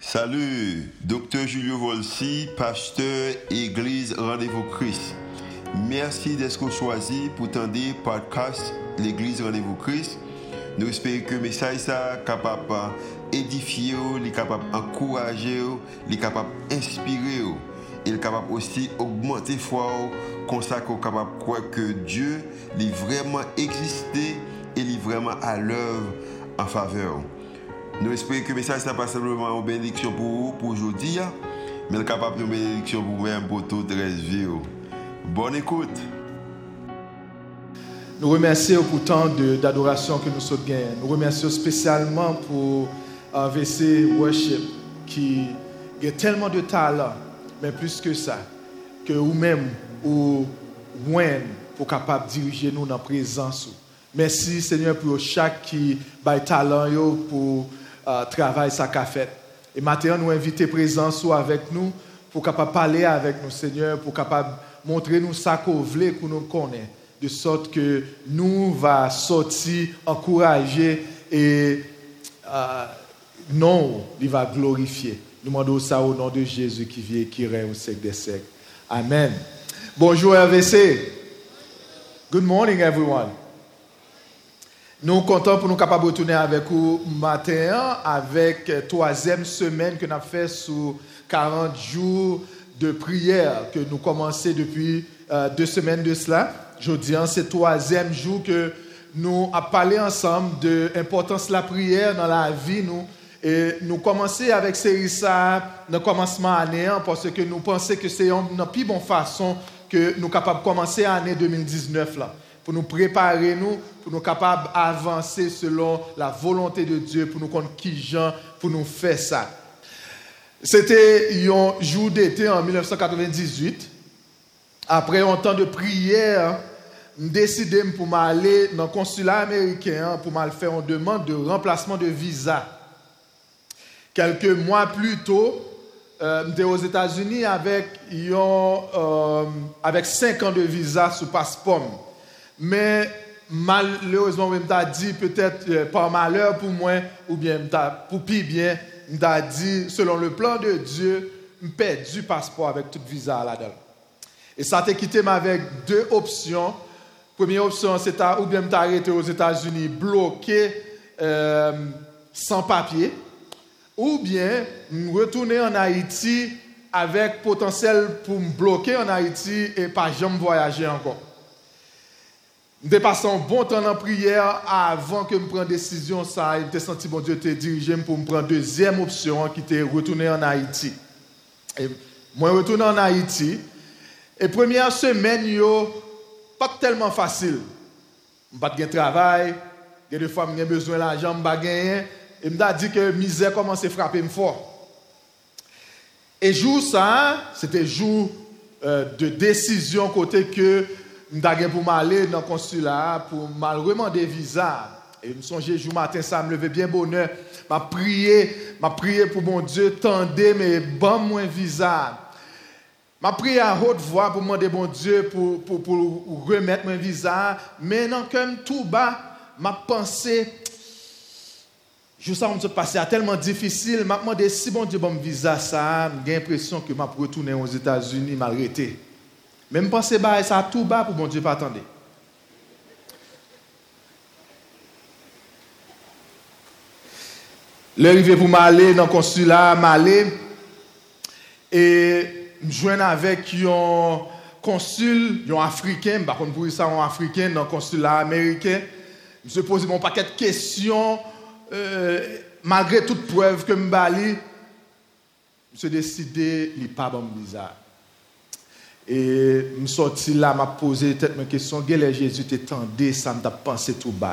Salut, Dr Julio Volsi, pasteur Église Rendez-vous Christ. Merci d'être choisi pour tendre podcast l'Église Rendez-vous Christ. Nous espérons que le message est capable d'édifier, capable d'encourager, capable d'inspirer, et capable aussi d'augmenter la foi, comme ça qu'on est capable de croire que Dieu est vraiment existé et est vraiment à l'œuvre en faveur. Nous espérons que le message n'est pas simplement une bénédiction pour vous, pour aujourd'hui, mais capable de bénédiction pour vous-même, pour toute la vie. Bonne écoute. Nous remercions pour tant d'adoration que nous sommes gagnés. Nous remercions spécialement pour VC Worship qui a tellement de talent, mais plus que ça, que vous-même, ou pour capable de diriger nous dans la présence. Merci Seigneur pour chaque qui a talent pour travail ça qu'a fait. Et maintenant nous inviter présence avec nous pour capable parler avec nous Seigneur, pour capable montrer nous ça qu'on veut que nous connaît, de sorte que nous va sortir encourager et non, il va glorifier. Nous demandons ça au nom de Jésus qui vit et qui règne au siècle des siècles. Amen. Bonjour RVC. Good morning everyone. Nous sommes contents pour nous capables de retourner avec vous matin avec la troisième semaine que nous avons fait sur 40 jours de prière que nous commençons depuis 2 semaines de cela. Aujourd'hui, c'est le troisième jour que nous avons parlé ensemble de l'importance de la prière dans la vie. Et nous commençons avec série ça dans le commencement de l'année parce que nous pensons que c'est une plus bonne façon que nous sommes capables de commencer l'année 2019 là. Pour nous préparer, pour nous capables d'avancer selon la volonté de Dieu, pour nous connaître qui Jean, pour nous faire ça. C'était un jour d'été en 1998. Après un temps de prière, j'ai décidé pour m'aller dans le consulat américain pour m'aller faire une demande de remplacement de visa. Quelques mois plus tôt, j'étais aux États-Unis avec 5 ans de visa sous passeport. Mais malheureusement, je m'ai dit peut-être par malheur pour moi, ou bien pour pire bien, je m'ai dit selon le plan de Dieu, je perds du passeport avec tout visa là-dedans. Et ça t'a quitté avec 2 options. Première option, c'était ou bien m'arrêter aux États-Unis bloqué sans papier, ou bien me retourner en Haïti avec potentiel pour me bloquer en Haïti et pas jamais voyager encore. Je passe un bon temps en prière avant que je prenne décision. Ça, je senti bon Dieu te diriger pour me prendre deuxième option qui était retourner en Haïti. Et moi, retourner en Haïti. Et première semaine, pas tellement facile. Je n'ai pas de travail. Des fois, j'ai besoin d'argent, je n'ai pas gagné. Et je me dit que la misère commence à frapper fort. Et jour ça, c'était jour de décision côté que je suis pour m'aller dans le consulat pour mal demander visa. Et je me songeais jour matin ça me levait bien bonheur. M'a prié pour mon Dieu tendez mais bon moins visa. M'a prié à haute voix pour demander bon Dieu pour remettre mon visa, mais non comme tout bas m'a pensé je sens que ça passé tellement difficile, m'a demandé si bon Dieu bon visa ça, j'ai l'impression que m'a retourner aux États-Unis m'a arrêté. Même penser bah ça tout bas pour bon Dieu pas attendre. L'arrivée pour m'aller dans le consulat, m'aller et me joindre avec un consul, un africain, par contre pour ça un africain dans le consulat américain. Je me posé mon paquet de questions malgré toute preuve que me bali, je suis décidé il pas bon bizarre. Et je suis sorti là, m'a posé tête mes questions, quel Jésus t'étendait, ça m'a pensé tout bas.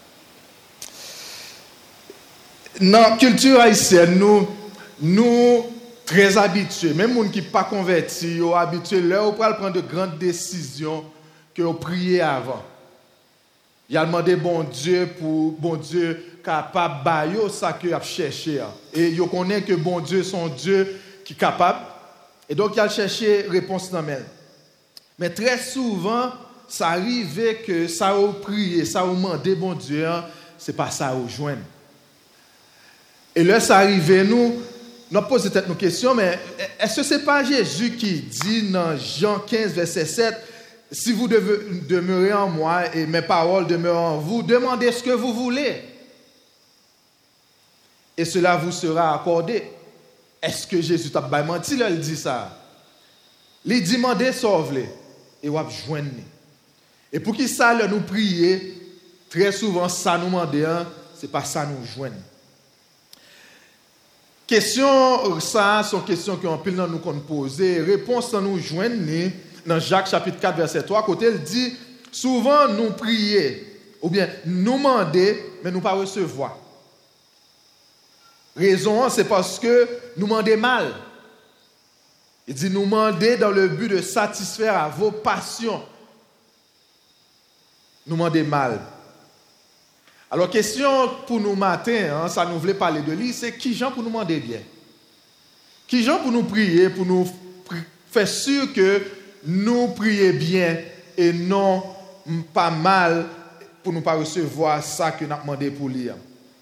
Dans la culture haïtienne, nous très habitués, même les gens qui ne sont pas convertis, ils sont habitués, là, on peut prendre de grandes décisions que on priait avant. Il a demandé bon Dieu pour bon Dieu capable de ça que a cherché. Et il connaît que bon Dieu son Dieu qui est capable. Et donc, il a cherché réponse dans elle. Mais très souvent, ça arrivait que ça a prié, ça a demandé bon Dieu, ce n'est pas ça au joindre. Et là, ça arrivait nous, nous posons peut-être nos questions, mais est-ce que ce n'est pas Jésus qui dit dans Jean 15, verset 7, « Si vous demeurez en moi et mes paroles demeurent en vous, demandez ce que vous voulez. Et cela vous sera accordé. » Est-ce que Jésus t'a pas menti là, il dit ça? Il dit, demandez, sauve-les, et vous joignez. Et pour qui ça, là, nous prier, très souvent, ça nous demande, c'est pas ça nous joigne. Questions, ça, sont questions qui ont pile dans nous qu'on pose. Réponse à nous joigne, dans Jacques chapitre 4, verset 3, côté, il dit, souvent nous prier, ou bien nous demander, mais nous pas recevoir. Raison, c'est parce que nous demandons mal. Il dit nous demander dans le but de satisfaire à vos passions. Nous demandons mal. Alors, question pour nous matin, ça nous voulait parler de lui, c'est qui gens pour nous demander bien? Qui gens pour nous prier, pour nous faire sûr que nous prions bien et non pas mal pour ne pas recevoir ça que nous avons demandé pour lire.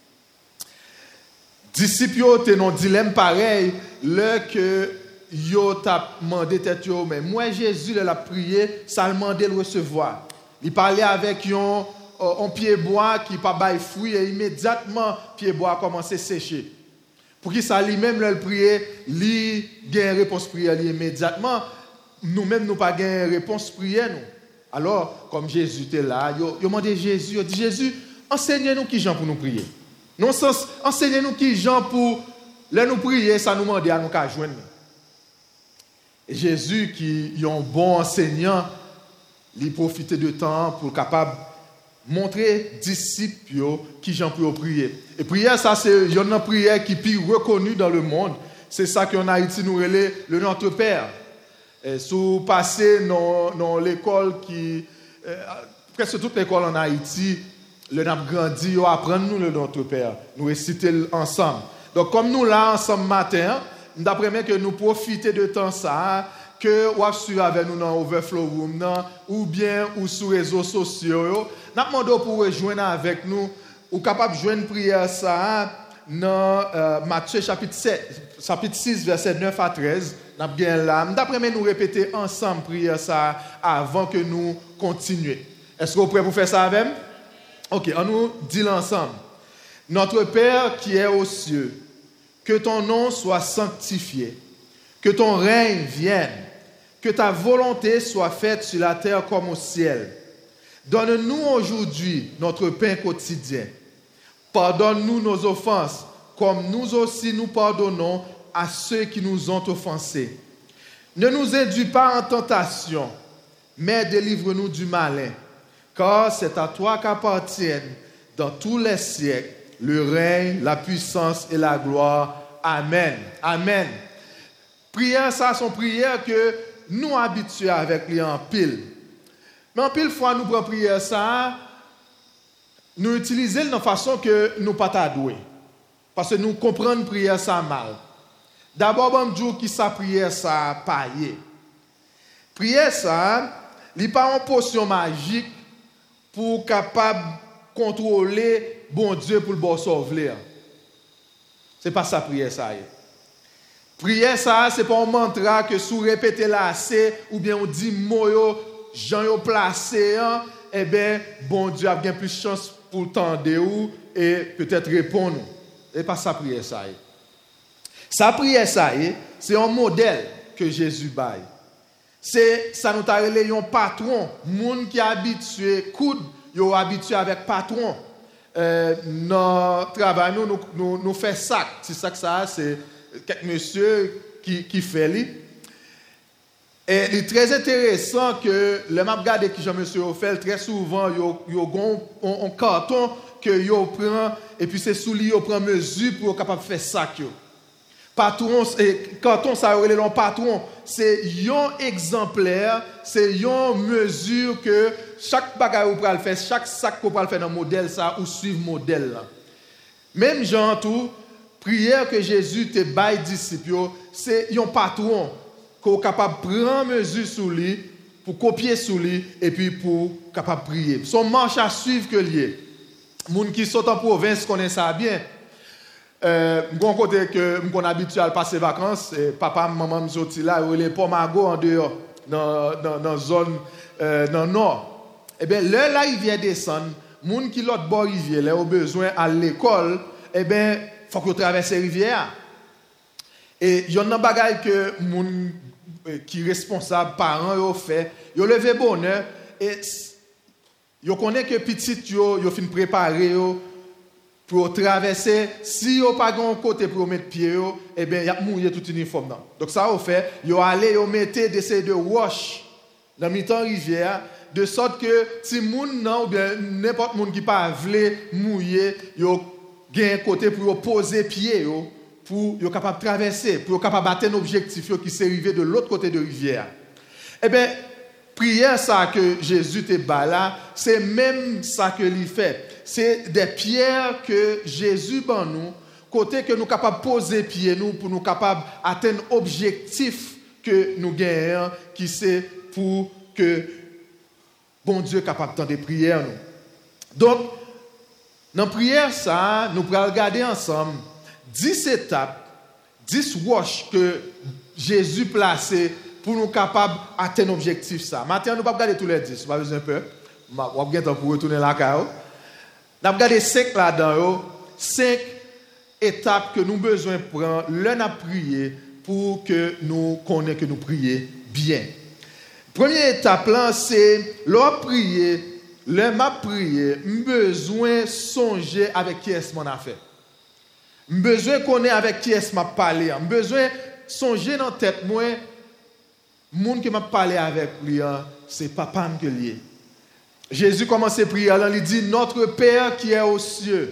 Disciples étaient dans un dilemme pareil, là que yo t'a demandé tête yo, mais moi Jésus l'a prié, ça le demandé le recevoir. Il parlait avec un pied bois qui pas bail fruit et immédiatement pied bois a commencé à sécher. Pour qui ça lui-même le prier, lui gagne réponse prière immédiatement, nous-mêmes nous pas gagne réponse prière nous. Alors comme Jésus était là, yo demandé Jésus, yo dit Jésus, enseignez-nous qui gens pour nous prier. Non sens enseignez-nous qui gens pour nous prier, ça nous demande à nous qu'à joindre. Et Jésus qui est un bon enseignant, il profite de temps pour capable montrer disciples qui gens pour prier. Et prière ça c'est une prière qui est plus reconnue dans le monde. C'est ça qu'en Haïti nous relève le Notre Père. Et si vous passez dans l'école qui presque toute l'école en Haïti, le n'a grandi, on apprend nous le Notre Père, nous réciter ensemble. Donc comme nous là ensemble matin, d'après moi que nous profiter de temps ça que ou suivre avec nous dans Overflow Room ou bien ou sur les réseaux sociaux, n'a demandé pour rejoindre avec nous ou capable de joindre prière ça dans Matthieu chapitre 6 verset 9 à 13. N'a bien là, d'après moi nous répéter ensemble prière ça avant que nous continuions. Est-ce que vous êtes prêts pour faire ça avec moi? OK, on nous dit ensemble. Notre Père qui est aux cieux, que ton nom soit sanctifié, que ton règne vienne, que ta volonté soit faite sur la terre comme au ciel. Donne-nous aujourd'hui notre pain quotidien. Pardonne-nous nos offenses, comme nous aussi nous pardonnons à ceux qui nous ont offensés. Ne nous induis pas en tentation, mais délivre-nous du malin. Car c'est à toi qu'appartiennent dans tous les siècles le règne, la puissance et la gloire. Amen. Amen. Prière, ça, sont prières que nous habitués avec lui en pile. Mais en pile fois, nous prenons prière, ça, nous utilisons de façon que nous ne pas t'adouer. Parce que nous comprenons prière, ça mal. D'abord, on dit que sa prière, ça paye. Prière, ça, il n'y a pas une potion magique pour capable contrôler bon Dieu pour le bon sauver. C'est pas ça prière ça. Prière ça c'est pas un mantra que sous répéter là assez ou bien on dit mot yo Jean yo placé eh ben bon Dieu a bien plus chance pour tendre ou et peut-être répondre. C'est pas ça prière ça. Ça prière ça c'est un modèle que Jésus baille. C'est ça nous t'a relé un patron, monde qui habitué coude, yo habitué avec patron. Dans travail nous fait sac, c'est ça que ça c'est quelques monsieur qui fait lui. Et il est très intéressant que le m'a regardé qui Jean monsieur fait très souvent yo un carton que yo prend et puis c'est sous lui yo prend mesure pour capable faire sac yo. Patron carton ça relé long patron, c'est un exemplaire, c'est une mesure que chaque bagage ou pral faire, chaque sac qu'on pral faire dans modèle ça ou suivre modèle là. Même Jean tout prière que Jésus te bail disciple, c'est un patron qu'on capable prendre mesure sur lui pour copier sur lui et puis pour capable prier. Son marche à suivre que lié. Moun qui sont en province connaissent ça bien. Bon côté que m'on habitué à passer vacances, papa maman me sorti là, les Pomago en dehors dans zone dans nord. Eh bien la rivière descend, moun qui l'autre bord rivière, là au besoin à l'école, eh bien faut que traverser rivière. Et il y a un bagage que moun qui responsable parents yo fait, yo levé bonheur et yo connaît que petit yo fin préparer yo pour traverser, si yo pas gon côté pour mettre pied yo, eh bien y a mouillé tout uniforme là. Donc ça au fait, yo aller yo mettez des de wash dans mi-temps rivière de sorte que si moun nan ou bien n'importe moun qui pas vle mouiller, yo gen côté pour yo poser pied yo pour yo capable traverser, pour yo capable atteindre objectif yo qui s'est arrivé de l'autre côté de rivière. Eh bien prière ça que Jésus te bat là, c'est même ça que lui fait. C'est des pierres que Jésus ban nous, côté que nous capable poser pied nous pour nous capable atteindre objectif que nous gagnons qui c'est pour que bon Dieu capable de prières nous. Donc dans prière ça, nous pourrons regarder ensemble 10 étapes, 10 wash que Jésus placé pour nous capables d'atteindre l'objectif ça. Maintenant, nous ne pouvons pas regarder tous les 10, pas besoin un peu. On va temps pour retourner là. Nous avons regardé 5 là-dedans, 5 étapes que nous avons besoin de prendre, l'un à prier pour que nous connaissions que nous prions bien. Première étape là, c'est l'heure prier, l'heure m'a prier, nous avons besoin de songer avec qui est-ce qu'on a fait. Nous avons besoin de connaître avec qui est-ce qu'on a parlé. Nous avons besoin de songer dans la tête moi. Moun qui m'a parlé avec lui, c'est papa que lié. Jésus commence à prier, il dit notre Père qui est aux cieux.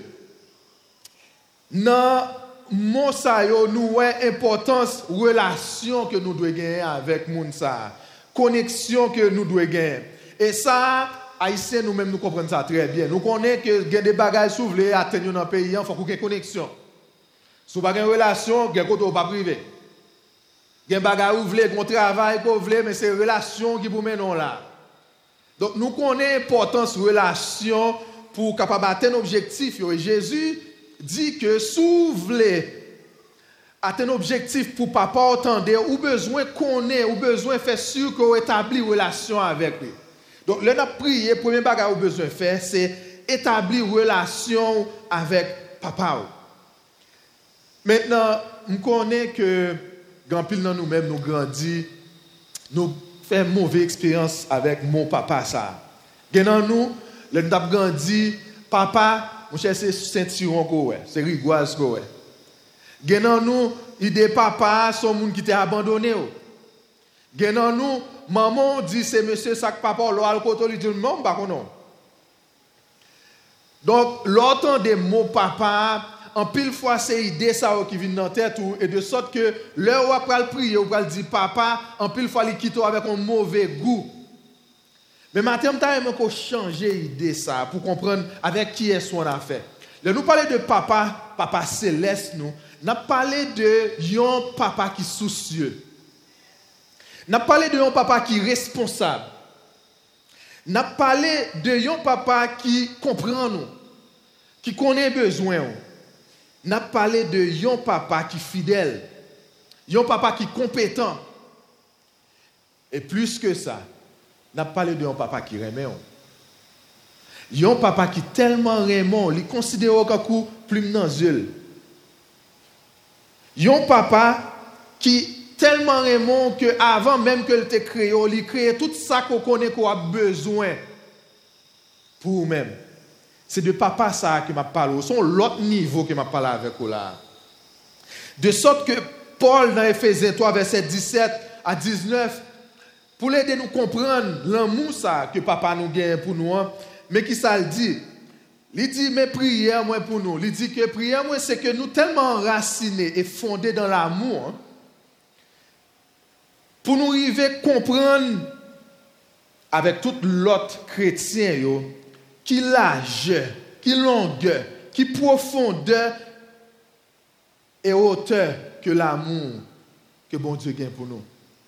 Dans mon sayo nous avons importance relation que nous devons gagner avec moun sa, connexion que nous devons gagner. Et ça haïtiens nous-mêmes nous comprenons ça très bien. Nous connaissons que il y a des bagages souvlés atteindre dans le pays, il faut qu'il y ait une connexion. Si vous n'avez pas de relation, il y a côté pas privé. Il y a des bagages où vous voulez, un travail que vous voulez, mais c'est une relation qui vous mène là. Donc nous connaissons l'importance de la relation pour capable atteindre l'objectif. Et Jésus dit que si vous voulez atteindre l'objectif pour papa entendre, ou besoin connaître, ou besoin faire sûr que vous établissez une relation avec lui. Donc là, nous avons prié, le premier bagage que vous besoin faire, c'est établir une relation avec papa. Maintenant, nous connaissons que grand pile dans nous-mêmes, nous grandissons, nous faisons une mauvaise expérience avec mon papa. Ça. Dans nous, nous avons grandi, papa, mon cher, c'est ceinturon, c'est rigoise. Dans nous, l'idée papa, c'est un monde qui t'a abandonné. Dans nous, maman dit c'est monsieur ça que papa, l'autre côté, il dit non, pas non. Donc, l'autre des mots papa, en pile fois, c'est l'idée ça qui vient dans la tête, et de sorte que l'heure où après le prier, où après dire papa, en pile fois, il quitte avec un mauvais goût. Mais maintenant, on va changer l'idée ça pour comprendre avec qui est-ce qu'on a fait. Là, nous parlons de papa, papa céleste, nous avons parlé de un papa qui est soucieux. Nous avons parlé de un papa qui est responsable. Nous avons parlé de un papa qui comprend nous, qui connaît besoin. Nous avons parlé de un papa qui est fidèle, un papa qui est compétent. Et plus que ça, nous avons parlé d'un papa qui remet. Un papa qui est tellement remet, il considère comme plume dans les yeux. Un papa qui est tellement remet qu'avant même que il te créé, il crée tout ça qu'on connaît qu'on a besoin pour nous-mêmes. C'est de papa ça que m'a parlé. C'est l'autre niveau que m'a parlé avec vous là. De sorte que Paul dans Éphésiens 3 verset 17 à 19 pour l'aider nous comprendre l'amour ça que papa nous gagne pour nous, mais qui ça le dit? Il dit mais prière moi pour nous. Il dit que prière moi c'est que nous tellement enracinés et fondés dans l'amour pour nous arriver comprendre avec tout l'autre chrétien yo qui largeur, qui longueur, qui profondeur et hauteur que l'amour que bon Dieu gagne pour nous.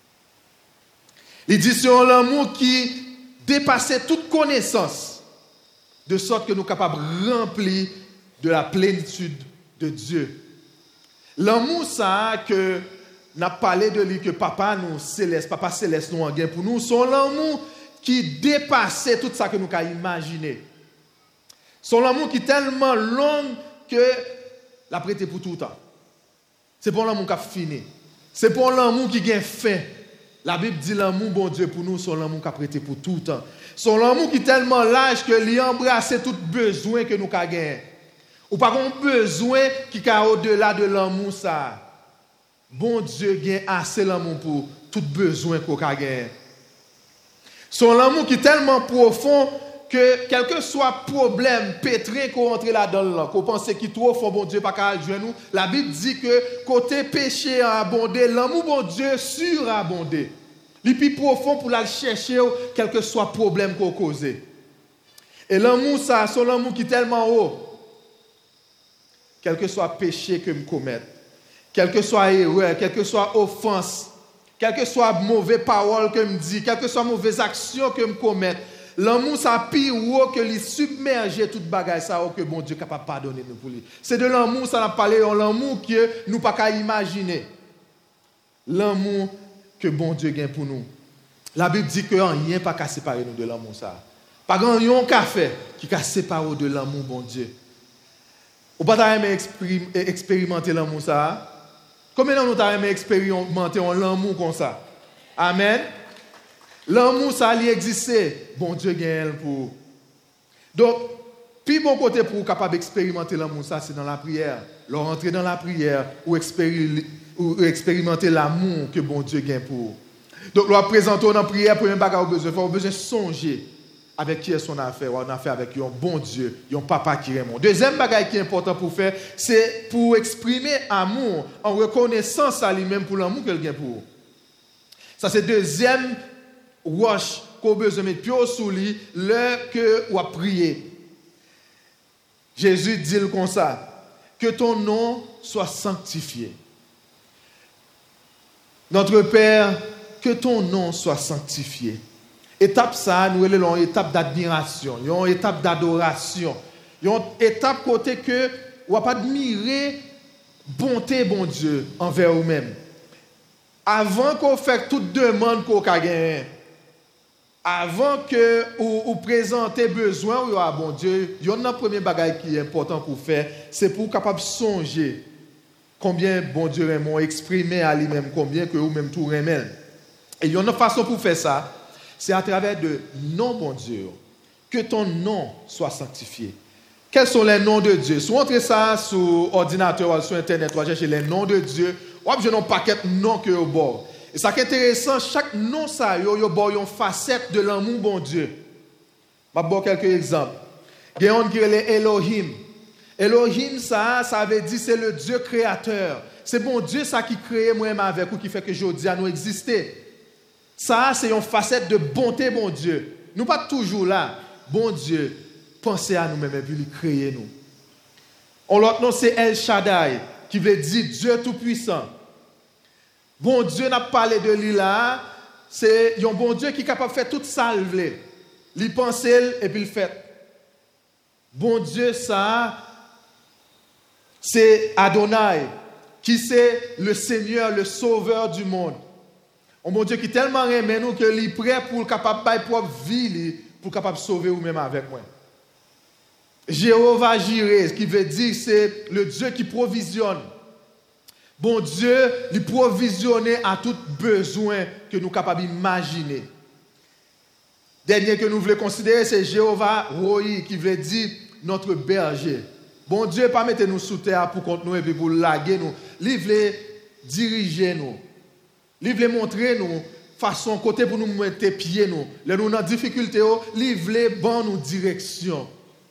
Il dit c'est un amour qui dépasse toute connaissance, de sorte que nous sommes capables de remplir de la plénitude de Dieu L'amour ça que n'a parlé de lui que papa céleste nous en gain pour nous, son l'amour qui dépassait tout ça que nous avons imaginé. Son amour qui est tellement long que l'a prêté pour tout le temps. C'est pour l'amour qui a fini. C'est pour l'amour qui a fin. La Bible dit l'amour, bon Dieu, pour nous, son l'amour qui a prêté pour tout le temps. Son amour qui est tellement large que lui embrasse tout besoin que nous avons gagné. Ou pas un besoin qui est au-delà de l'amour ça. Bon Dieu a assez l'amour pour tout besoin qu'on a gagné. Son amour qui est tellement profond que quel que soit problème, pétrin qu'on entre là-dedans, qu'on pense qu'il est trop fort, bon Dieu, pas qu'à jouer nous. La Bible dit que côté péché a abondé, l'amour, bon Dieu, surabondé. Il est plus profond pour la chercher, quel que soit problème qu'on cause. Et l'amour, ça, son amour qui est tellement haut, quel que soit péché que je commette, quel que soit erreur, quel que soit offense, quelle que soit mauvaise parole que je dis, quelle que soit mauvaise action que je commette, l'amour, ça pire que lui submerger toute bagaille ça que bon Dieu est capable de pardonner nous pour lui. C'est de l'amour, ça n'a parlé, l'amour que nous ne pouvons pas imaginer. L'amour que bon Dieu gagne pour nous. La Bible dit que rien pas qu'à séparer nous de l'amour ça. Pas grand yon qu'a fait qui qu'a séparé de l'amour bon Dieu. Ou pas t'as aimé expérimenter l'amour ça? Combien de nous t'as aimé expérimenter l'amour comme ça? Amen. L'amour, ça allait exister. Bon Dieu gagne pour. Donc, puis bon côté pour capable d'expérimenter l'amour, ça, c'est dans la prière. Leur rentrer dans la prière ou expérimenter l'amour que bon Dieu gagne pour. Donc, leur présenter dans la prière, premier bagage, il faut besoin de songer avec qui est son affaire. On a affaire avec un bon Dieu, un papa qui aime. Deuxième bagage qui est important pour faire, c'est pour exprimer amour en reconnaissance à lui-même pour l'amour qu'il gagne pour. Ça, c'est deuxième wash qu'on a besoin de mettre pied sous lui, l'heure que on a prié. Jésus dit comme ça, que ton nom soit sanctifié. Notre Père, que ton nom soit sanctifié. Étape ça, nous avons une étape d'admiration, une étape d'adoration, une étape côté que on va pas admirer bonté bon Dieu envers vous-même. Avant qu'on fasse toute demande qu'on a gagné, avant que vous présentez besoin, bon Dieu, il y a un premier bagage qui est important pour faire, c'est pour capable songer combien bon Dieu aime, exprimer à lui-même combien que vous-même tout aimez. Et il y a une façon pour faire ça, c'est à travers de nom bon Dieu, que ton nom soit sanctifié. Quels sont les noms de Dieu? Si vous entrez ça sur ordinateur ou sur internet, vous cherchez les noms de Dieu, vous avez un paquet de noms que vous avez. Et ça qui est intéressant, chaque nom ça, il y a une facette de l'amour bon Dieu. Je vais vous donner quelques exemples. Il y a un qui est Elohim. Elohim, ça veut dire c'est le Dieu créateur. C'est bon Dieu ça qui crée moi-même avec vous, qui fait que je dis à nous exister. Ça, c'est une facette de bonté, bon Dieu. Nous pas toujours là. Bon Dieu, pensez à nous-mêmes et puis lui créer nous. L'autre nom, c'est El Shaddai, qui veut dire Dieu Tout-Puissant. Bon Dieu n'a pas parlé de lui là. C'est un bon Dieu qui est capable de faire tout ça. Il pense et puis il fait. Bon Dieu, ça, c'est Adonai, qui c'est le Seigneur, le Sauveur du monde. Un bon Dieu qui tellement aime nous qu'il est prêt pour capable de propre vie pour capable de sauver vous-même avec moi. Jéhovah Jireh, qui veut dire c'est le Dieu qui provisionne. Bon Dieu, il provisionne à tout besoin que nous sommes capables d'imaginer. Dernier que nous voulons considérer, c'est Jéhovah Roi, qui veut dire notre berger. Bon Dieu, pas mettre nous sous terre pour contre nous et puis pour laguer nous. Il veut diriger nous. Il veut montrer nous façon côté pour nous mettre pieds nous. Là nous dans difficulté, il veut bon nous direction.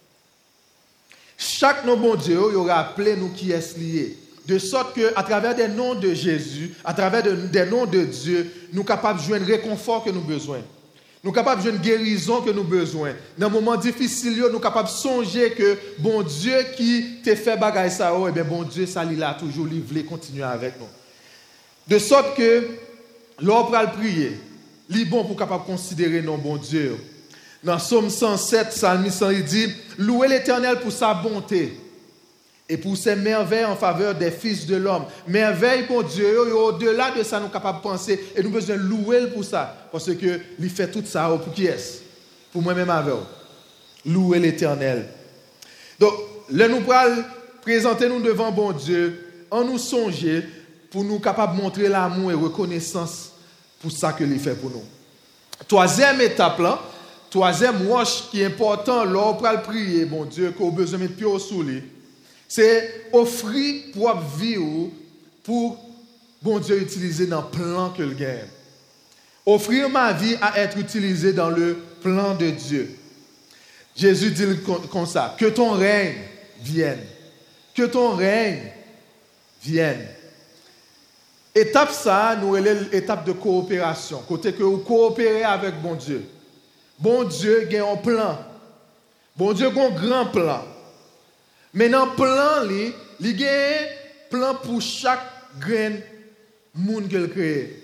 Chaque nom bon Dieu, il aura appelé nous qui est lié. De sorte que à travers des noms de Jésus, à travers des noms de Dieu, nous sommes capables de jouer un réconfort que nous avons besoin. Nous sommes capables de jouer une guérison que nous avons besoin. Dans un moment difficile, nous sommes capables de songer que bon Dieu qui t'a fait bagaille ça, et bien bon Dieu, ça il a toujours, il veut continuer avec nous. De sorte que, l'on va le prier, il est bon pour capable considérer nos bon Dieu. Dans Psaume 107, Psalmiste il dit, louez l'Éternel pour sa bonté Et pour ces merveilles en faveur des fils de l'homme. Merveille pour Dieu, et au-delà de ça, nous sommes capables de penser, et nous avons besoin de louer pour ça. Parce que il fait tout ça pour qui est-ce? Pour moi-même avec vous. Louer l'Éternel. Donc, là, nous allons présenter nous devant bon Dieu, en nous songer, pour nous capables de montrer l'amour et reconnaissance pour ça que il fait pour nous. Troisième étape là, troisième roche qui est important, là, pour le prier, bon Dieu, qu'on a besoin de mettre pied au soleil. C'est offrir propre vie pour bon Dieu utiliser dans le plan que le gagne. Offrir ma vie à être utilisée dans le plan de Dieu. Jésus dit comme ça, que ton règne vienne. Que ton règne vienne. Étape ça, nous avons l'étape de coopération. Côté que vous coopérez avec bon Dieu. Bon Dieu gagne un plan. Bon Dieu a un grand plan. Mais dans le plan, il y a un plan pour chaque grain monde qu'il crée.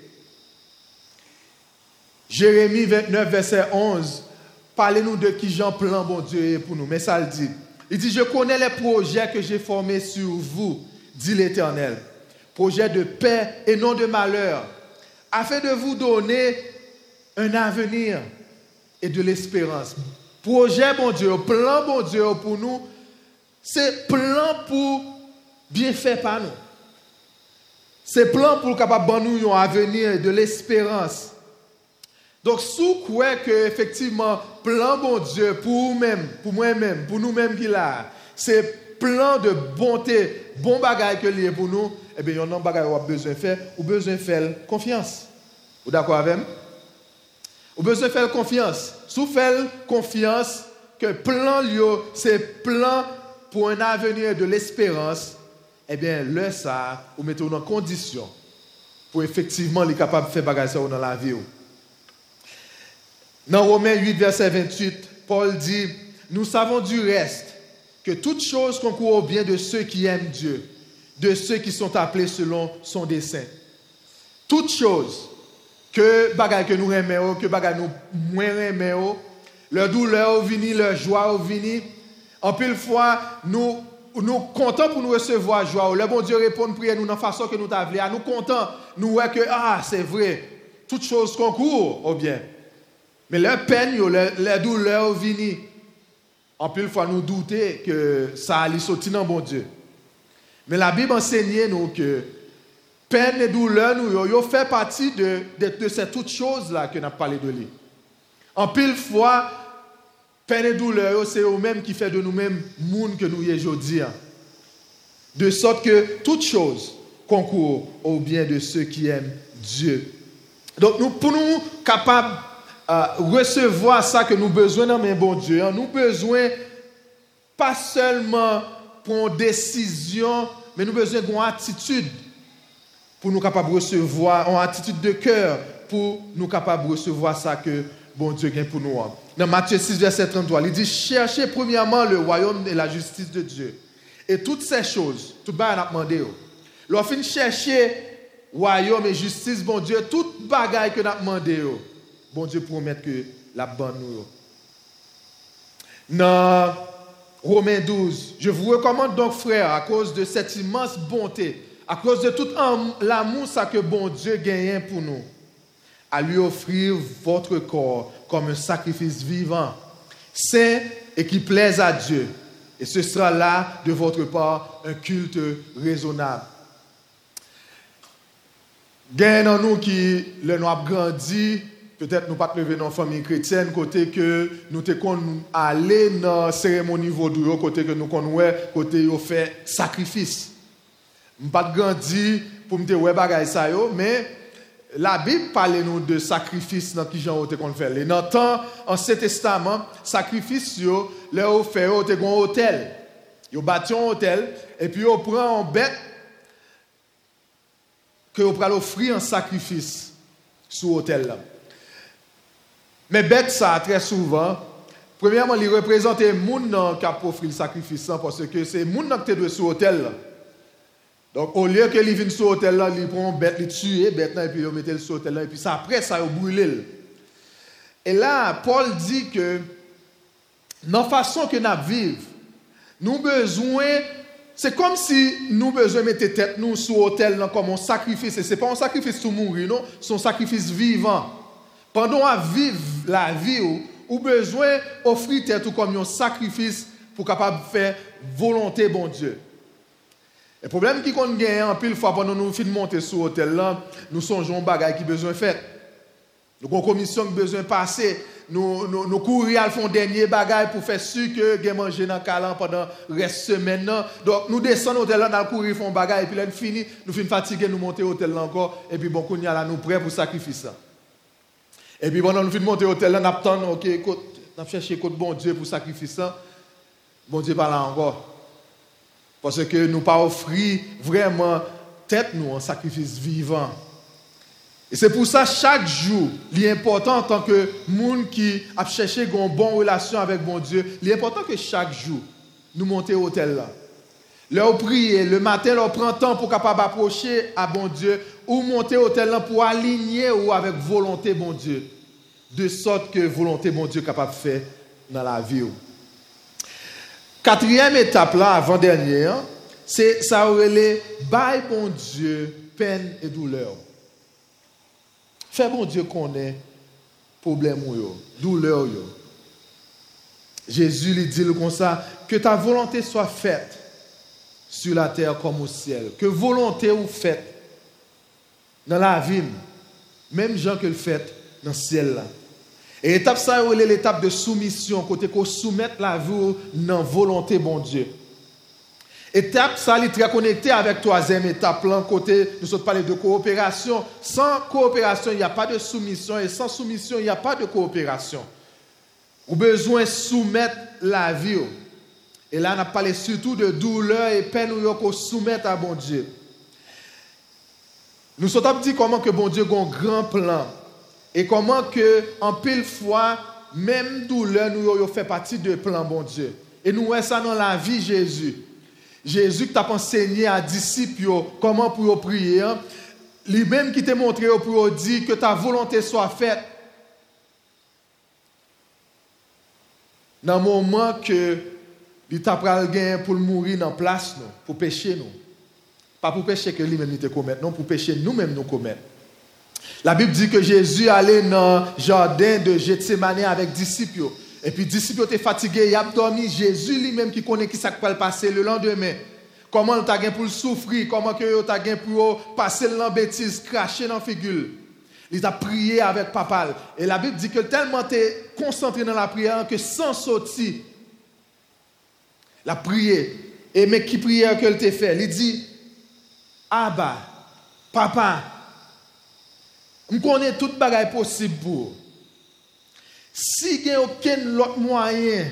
Jérémie 29, verset 11, parlez-nous de qui Jean plan bon Dieu est pour nous. Mais ça le dit. Il dit, je connais les projets que j'ai formés sur vous, dit l'Éternel. Projets de paix et non de malheur, afin de vous donner un avenir et de l'espérance. Projet bon Dieu, plan bon Dieu pour nous, c'est plan pour bien faire par nous. C'est plan pour capable de nous un avenir et de l'espérance. Donc, sous quoi que effectivement plan bon Dieu pour vous-même, pour moi-même, pour nous-mêmes qu'il a, c'est plan de bonté, bon bagage que lié pour nous. Eh bien, il y a un bagage qu'on a besoin de faire, ou besoin de faire confiance. Vous d'accord avec moi? Ou besoin de faire confiance. Sous faire confiance que plan lié, c'est plan pour un avenir de l'espérance, eh bien, là, ça, vous mettez en condition pour effectivement être capable de faire bagage dans la vie. Dans Romains 8, verset 28, Paul dit, nous savons du reste que toute chose concourt au bien de ceux qui aiment Dieu, de ceux qui sont appelés selon son dessein. Toute chose, que bagage que nous aimons, que bagage nous moins aimons, leur douleur vini, leur joie vini, en pile fois, nous comptons pour nous recevoir joie. Le bon Dieu répond prière nous dans la façon que nous t'avons. Nous comptons, nous voyons que, c'est vrai, toute chose concourt au bien. Mais leur peine, leur douleur vini. En pile fois, nous doutons que ça allait sortir dans bon Dieu. Mais la Bible enseigne nous que peine et douleur, nous fait partie de ces toutes choses-là que nous avons parlé de lui. En pile fois, peine et douleur, c'est eux-mêmes qui fait de nous-mêmes monde que nous y aujourd'hui. De sorte que toute chose concourt au bien de ceux qui aiment Dieu. Donc, pour nous capables recevoir ça que nous besoin dans mes bon Dieu, nous besoin pas seulement pour une décision, mais nous besoin d'une attitude pour nous capables recevoir, une attitude de cœur pour nous capables recevoir ça que bon Dieu gagne pour nous. Dans Matthieu 6, verset 33, il dit, cherchez premièrement le royaume et la justice de Dieu. Et toutes ces choses, tout le monde a demandé. Lorsqu'on chercher royaume et justice, bon Dieu, toute bagaille que nous avons demandé, bon Dieu promet que la bonne nous. Dans Romains 12, je vous recommande donc, frères, à cause de cette immense bonté, à cause de tout l'amour que bon Dieu gagne pour nous, à lui offrir votre corps comme un sacrifice vivant, saint et qui plaise à Dieu. Et ce sera là, de votre part, un culte raisonnable. Gagne en nous qui, le nous a grandi, peut-être nous pas lever dans la famille chrétienne, côté que nous te aller dans la cérémonie vaudou, côté que nous connaissons, côté nous fait sacrifice. Nous pas grandi pour me dire ouais bagay ça yo, mais la Bible parle nous de sacrifice dans qui gens te qu'on fait. Dans le temps Ancien Testament, sacrifice yo, là on fait au te un hôtel. Yo bâti un hôtel et puis on prend une bête que on va l'offrir en sacrifice sur l'hôtel là. Mais bête ça très souvent, premièrement, il représente les gens qui ont offert le sacrifice parce que c'est les gens qui sont sur l'hôtel là. Donc, au lieu que les viennent sur l'hôtel là, ils prennent bête, ils tuent bête et puis ils mettent sur l'hôtel là et puis ça après ça ils brûlent. Et là, Paul dit que dans la façon que nous vivons, nous avons besoin c'est comme si nous besoin mettre tête nous sur l'autel comme un sacrifice. Et ce n'est pas un sacrifice pour mourir, non, c'est un sacrifice vivant. Pendant à vivre la vie, ou besoin offrir tête comme un sacrifice pour capable faire volonté bon Dieu. Le problème qui qu'on gagne en pile fois pendant nous fin monter sur l'autel là, nous songeons bagaille qui besoin faire. Nous avons une commission qui besoin passer. Nous courir à fond dernier bagaille pour faire sûr que gain manger dans calan pendant reste semaine. Donc nous descendons hôtel là, nous courir font bagaille et puis là fini, nous fin fatigué, nous monter hôtel là encore et puis bon kounya là nous prêt pour sacrifice ça. Et puis pendant nous fin monter hôtel là, nous attendons OK, nous chercher côté bon Dieu pour sacrifice ça. Bon Dieu pas là encore. Parce que nous pas offrir vraiment tête nous en sacrifice vivant. Et c'est pour ça chaque jour, il est important en tant que monde qui a cherché une bonne relation avec bon Dieu, il est important que chaque jour nous monter au hôtel là. Leur prier le matin, leur prend temps pour capable approcher à bon Dieu ou monter au hôtel là pour aligner ou avec volonté bon Dieu, de sorte que volonté bon Dieu capable de faire dans la vie. Quatrième étape là, avant-dernière, c'est ça aurait les bail bon Dieu, peine et douleur. Fais bon Dieu connaît problème ou douleur yo. Jésus lui dit comme ça, que ta volonté soit faite sur la terre comme au ciel. Que volonté ou faite dans la vie, même gens que le fait dans le ciel là. Et l'étape ça c'est l'étape de soumission, côté qu'on soumette la vie dans volonté bon Dieu. Étape ça est très connecté avec troisième étape là, côté nous sommes parlé de coopération. Sans coopération, il n'y a pas de soumission et sans soumission, il n'y a pas de coopération. Vous avez besoin de soumettre la vie. Et là on a parlé surtout de douleur et peine qu'on soumettre à bon Dieu. Nous sommes dit comment que bon Dieu a un grand plan et comment que en pile fois même douleur nous fait partie de plan bon Dieu. Et nous voyons ça dans la vie de Jésus. Jésus qui t'a enseigné à disciples comment pour prier, lui-même qui t'a montré pour dire que ta volonté soit faite. Dans le moment que il t'a pris pour mourir dans place nous, pour pécher nous. Pas pour pécher que lui-même te commettre, non, pour pécher nous-mêmes nous commettre. La Bible dit que Jésus allait dans le jardin de Gethsémane avec disciples. Et puis, les disciples étaient fatigués, ils ont dormi. Jésus lui-même qui connaît qui ça va passer le lendemain. Comment il t'a gagné pour souffrir, comment il t'a gagné pour passer dans la bêtise, cracher dans la figure. Il a prié avec papa. Et la Bible dit que tellement tu es concentré dans la prière que sans sortir, la prière. Et mais qui prière que t'a fait? Il dit, Abba, papa, je connais tout bagaille possible pour. Si il n'y a aucun autre moyen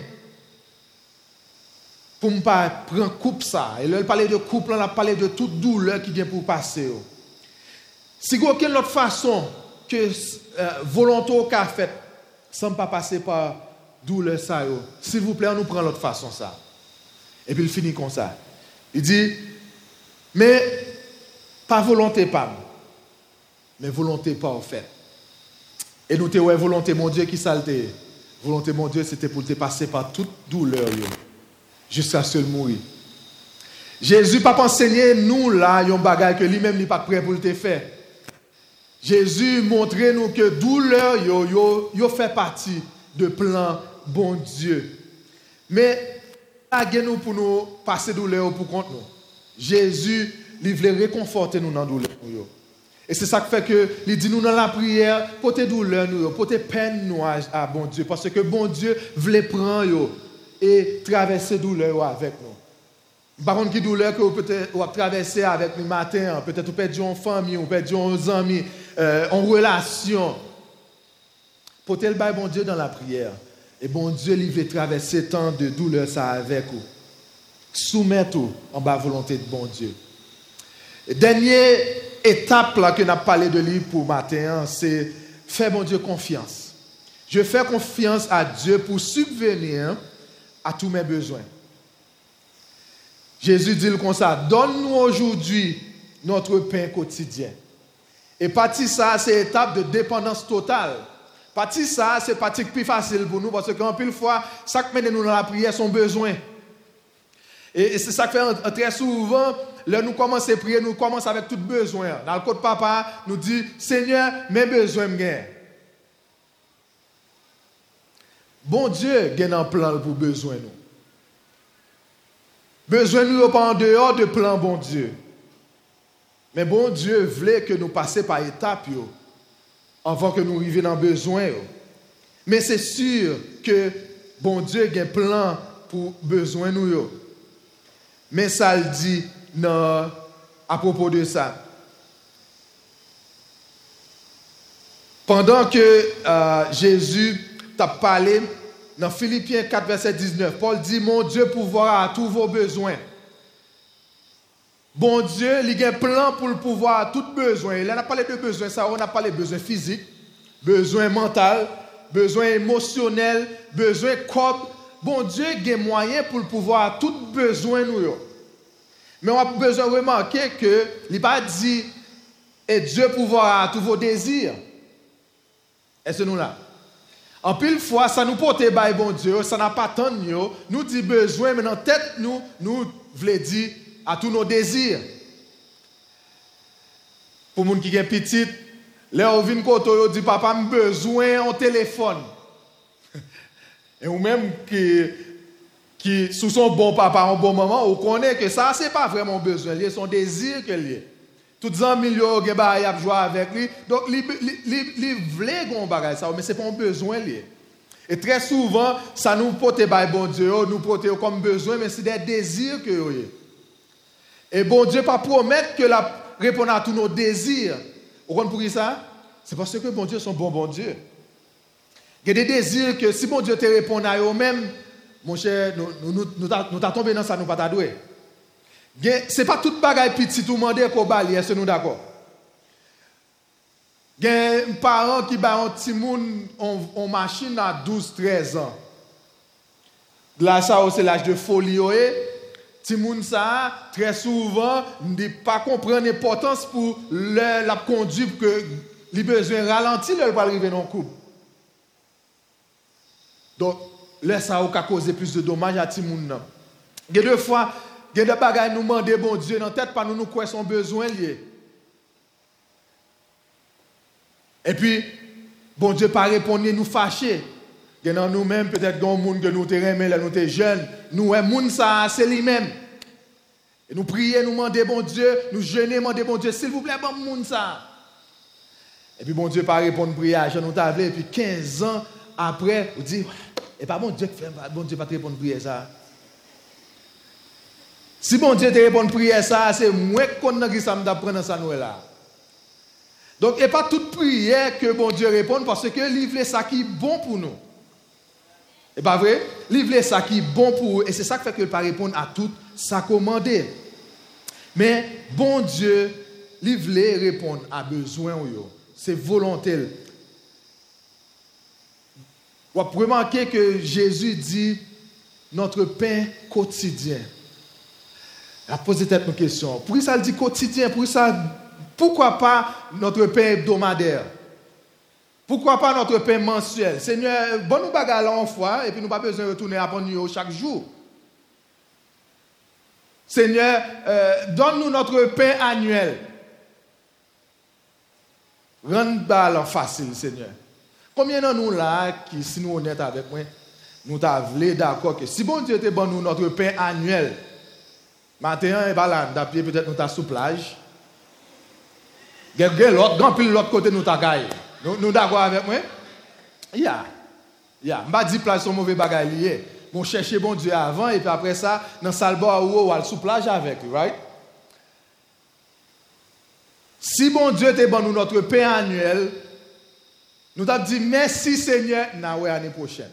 pour ne pas prendre coupe ça, et là, il parlait de coupe, là, on a parlé de toute douleur qui vient pour passer. Si il n'y a aucune autre façon que volonté qu'a fait, sans pas passer par douleur ça, s'il vous plaît, on nous prend l'autre façon ça. Et puis il finit comme ça. Il dit, mais pas volonté pas, mais volonté pas en fait. Et nous te ouais volonté mon Dieu qui salte. Volonté mon Dieu c'était pour te passer par toute douleur jusqu'à ce mourir. Jésus pas enseigné nous là un bagage que lui-même n'est pas prêt pour te faire. Jésus montrait nous que douleur yo fait partie de plan bon Dieu. Mais nous pour nous passer douleur pour contre nous. Jésus il voulait réconforter nous dans douleur. Et c'est ça qui fait que il dit nous dans la prière pour tes douleurs nous, pour tes peines nous à bon Dieu parce que bon Dieu voulait prendre et traverser douleur avec nous. Par contre qui douleur que vous peut-être traverser avec le matin, peut-être vous perdu en famille, vous perdu en amis, en relation. Pour tel bail bon Dieu dans la prière. Et bon Dieu il veut traverser tant de douleur ça avec vous. Soumettez en bas volonté de bon Dieu. Et dernière étape là que n'a parlé de lui pour matin, c'est faire bon Dieu confiance. Je fais confiance à Dieu pour subvenir à tous mes besoins. Jésus dit comme ça, donne-nous aujourd'hui notre pain quotidien. Et partie ça, c'est étape de dépendance totale. Partie ça, c'est partie plus facile pour nous parce qu'en pile fois, ça qui mène nous dans la prière, son besoin. Et c'est ça que fait très souvent, là nous commençons à prier, nous commençons avec tout besoin. Dans le côté papa, nous dit, Seigneur, mes besoins me gagnent. Bon Dieu gagne un plan pour besoin nous. Besoin nous pas en dehors de plan bon Dieu. Mais bon Dieu voulait que nous passions par étapes avant que nous arrivions dans besoin. Mais c'est sûr que bon Dieu a un plan pour besoin nous. Mais ça le dit non, à propos de ça. Pendant que Jésus t'a parlé, dans Philippiens 4, verset 19, Paul dit, mon Dieu pourvoira à tous vos besoins. Bon Dieu, il a un plan pour le pouvoir à tout besoin. Il a parlé de besoins, ça, on a parlé de besoins physiques, besoins mentaux, besoins émotionnels, besoins corps. Bon Dieu a un moyen pour le pouvoir à tout besoin nous. Mais on a besoin de remarquer que il n'a pas dit et Dieu pourvoira à tous vos désirs. Est-ce que nous là? En pile fois, ça nous porte by bon Dieu, ça n'a pas tant de nous dit besoin, mais dans la tête, nous voulons dire à tous nos désirs. Pour les gens qui sont petits, là, on vient côté, on dit papa, j'ai besoin d'un téléphone. Et ou même qui sous son bon papa, un bon maman, on connaît que ça, ce n'est pas vraiment besoin, c'est son désir que lié. Tous les amis, ils ont joué avec lui. Donc, ils veulent qu'on bagaille ça, mais ce n'est pas un besoin lié. Et très souvent, ça nous porte par bon Dieu, nous porte comme besoin, mais c'est des désirs que nous avons. Et bon Dieu pas promettre que la répondre à tous nos désirs. Vous comprenez pour ça? C'est parce que bon Dieu est un bon Dieu. Il y a des désirs que si bon Dieu te répond à eux-mêmes, mon cher, nous t'as tombé dans ça, nous pas t'adouer. Ce n'est pas toute bagaille petit tout demander qu'on balaye, est-ce que nous d'accord? Il y a un parent qui bat un petit monde en machine à 12-13 ans. Là, ça, c'est l'âge de folie. Petit monde, ça, très souvent, ne pas comprendre l'importance pour la conduite que les besoins ralentis, là, il va arriver dans le couple. Donc, là, ça a causé plus de dommages à petit monde. Il y a deux fois, il y a des bagages nous demander bon Dieu dans la tête, pas nous quoi son besoin lié. Et puis, bon Dieu pas répondre, nous fâcher. Il y a nous-mêmes, peut-être dans le monde que nous sommes là, nous sommes jeunes, nous, le monde, ça, c'est lui-même. Et nous prions, nous demandons bon Dieu, nous jeûnons, demandons bon Dieu, s'il vous plaît, bon monde, ça. Et puis, bon Dieu pas répondre prière, je nous t'avais, et puis 15 ans après, on dit, et pas bon Dieu qui fait, bon Dieu pas te répondre prière, ça. Si bon Dieu te répond prière, ça, c'est moi qui ça m'apprendre ça, nous là. Donc, et pas toute prière que bon Dieu répond parce que livrer ça qui est bon pour nous. Et pas vrai? Livrer ça qui est bon pour nous. Et c'est ça qui fait que ne pas répondre à tout ça commandé. Mais bon Dieu, livrer répondre à besoin. C'est volontaire. Vous pouvez remarquer que Jésus dit notre pain quotidien. Il a posé peut-être une question. Pourquoi ça le dit quotidien? Pourquoi pas notre pain hebdomadaire? Pourquoi pas notre pain mensuel? Seigneur, bon nous bagarre en fois et puis nous pas besoin de retourner à nous chaque jour. Seigneur, donne-nous notre pain annuel. Rends-nous facile, Seigneur. Combien de nous là, qui, si nous honnêtes avec moi, nous t'avons d'accord que si bon Dieu te donne nous notre pain annuel, matin et là, d'après peut-être nous ta souplage. L'autre côté nous ta gaille. Nous d'accord avec moi? Ya. M'pa dit place son mauvais bagage lié. Bon chercher bon Dieu avant et puis après ça dans salle bar ou al souplage avec, right? Si bon Dieu te donne nous notre pain annuel, nous t'a dit merci Seigneur, na ouais année prochaine.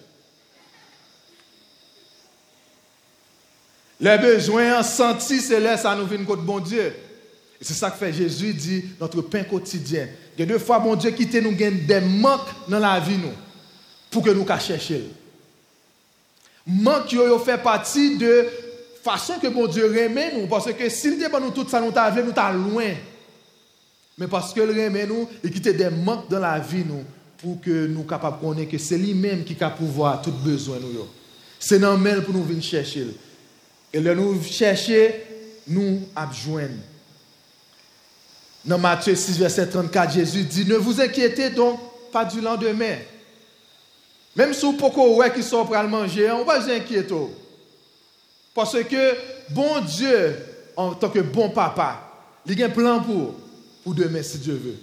Les besoins sentis, c'est là, ça nous vient contre bon Dieu. Et c'est ça que fait Jésus dit, notre pain quotidien. Il y a deux fois, bon Dieu, quitte nous gagne des manques dans la vie, nous, pour que nous cherchions. Manque, yo fait partie de façon que bon Dieu remet nous, parce que s'il dit nous tout ça, nous t'avons, nous t'as loin. Mais parce que le remet nous, il quitte des manques dans la vie, nous, pour que nous capables de connaître que c'est lui-même qui a pouvoir tout besoin, nous. C'est normal pour nous venir chercher. Et là, nous chercher, nous joindre. Dans Matthieu 6, verset 34, Jésus dit, ne vous inquiétez donc pas du lendemain. Même si vous pouvez qui sont pour le manger, on va s'inquiéter. Parce que bon Dieu, en tant que bon papa, il a un plan pour demain, si Dieu veut.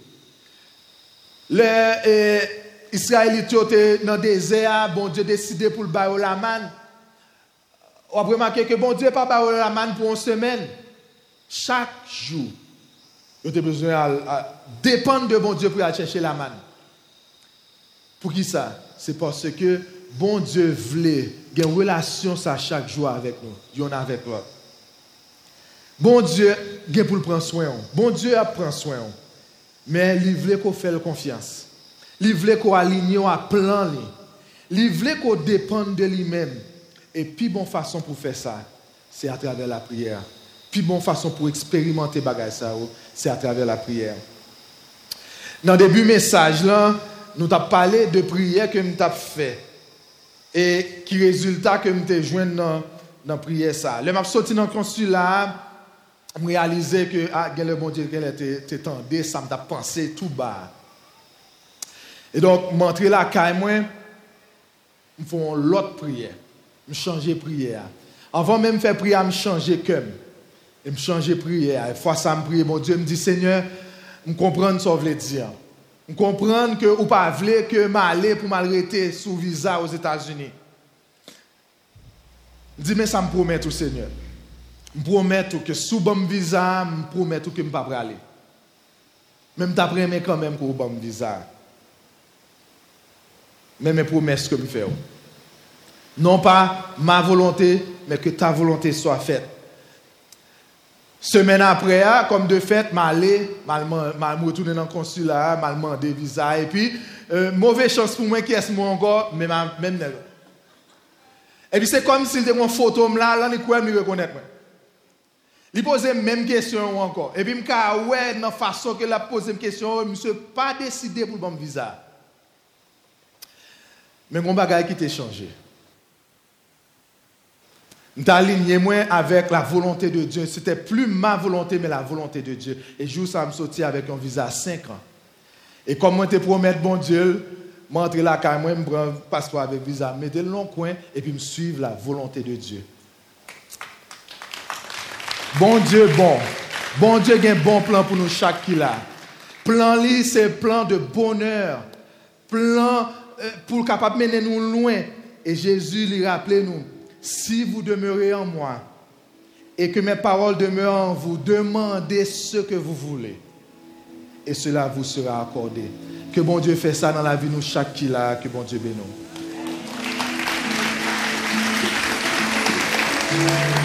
Les Israélites étaient dans le désert, bon Dieu a décidé pour le bailler la manne. On a remarqué que bon Dieu n'a pas baillé la manne pour une semaine. Chaque jour, il a besoin de dépendre de bon Dieu pour aller chercher la manne. Pour qui ça? C'est parce que bon Dieu voulait une relation ça chaque jour avec nous. Il y en a avec l'autre. Bon Dieu vient pour le prendre soin. Bon Dieu prend soin. Mais il voulait qu'on fasse confiance. Il voulait qu'on aligne à plan. Il voulait qu'on dépende de lui-même. Et puis bonne façon pour faire ça, c'est à travers la prière. Puis bonne façon pour expérimenter bagay ça, c'est à travers la prière. Dans le début du message là, nous avons parlé de prière que nous avons fait. Et qui résultat que nous avons joint dans la prière ça. Le m'a sorti dans le consulat, je réalisé que le bon Dieu était tendé, ça m'a pensé tout bas. Et donc m'entrer là quand moi, nous faisons l'autre prière. Je changer prière. Avant même de faire prière, je changer comme. Je changer prière. Fois ça me prie, mon Dieu me dit Seigneur, je comprends ce que vous voulez dire. Je comprends que ou pas voulez que m'aller pour m'arrêter sous visa aux États-Unis. Je dis mais ça me promet tout Seigneur. Je promets que sous bon visa, je promets que je ne vais pas aller. Même d'après mais quand même pour bon visa. Mais mes promesses que je fais. Non pas ma volonté, mais que ta volonté soit faite. Semaine après, comme de fait, je retourné dans le consulat, je demandé visa. Et puis, mauvaise chance pour moi qui est moi encore, mais même. Et puis, c'est comme s'il était une photo là, il pouvait me reconnaître. Il posait la même question encore. Et puis, je me dis, ouais, dans la façon qu'il a posé une question, je ne suis pas décidé pour le bon visa. Mais mon bagage qui t'a changé. Je suis aligné avec la volonté de Dieu. C'était plus ma volonté, mais la volonté de Dieu. Et je ça me sorti avec un visa à 5 ans. Et comme moi te promettre bon Dieu, je suis entré là, quand moi, je prends un passeport avec visa, je mets le long coin et puis je suivre la volonté de Dieu. Bon Dieu, bon. Bon Dieu a un bon plan pour nous chaque qui là. Plan li, c'est plan de bonheur. Plan pour capable mener nous loin. Et Jésus lui rappelait nous. Si vous demeurez en moi et que mes paroles demeurent en vous, demandez ce que vous voulez et cela vous sera accordé. Que bon Dieu fait ça dans la vie nous chaque qui là, que bon Dieu bénisse.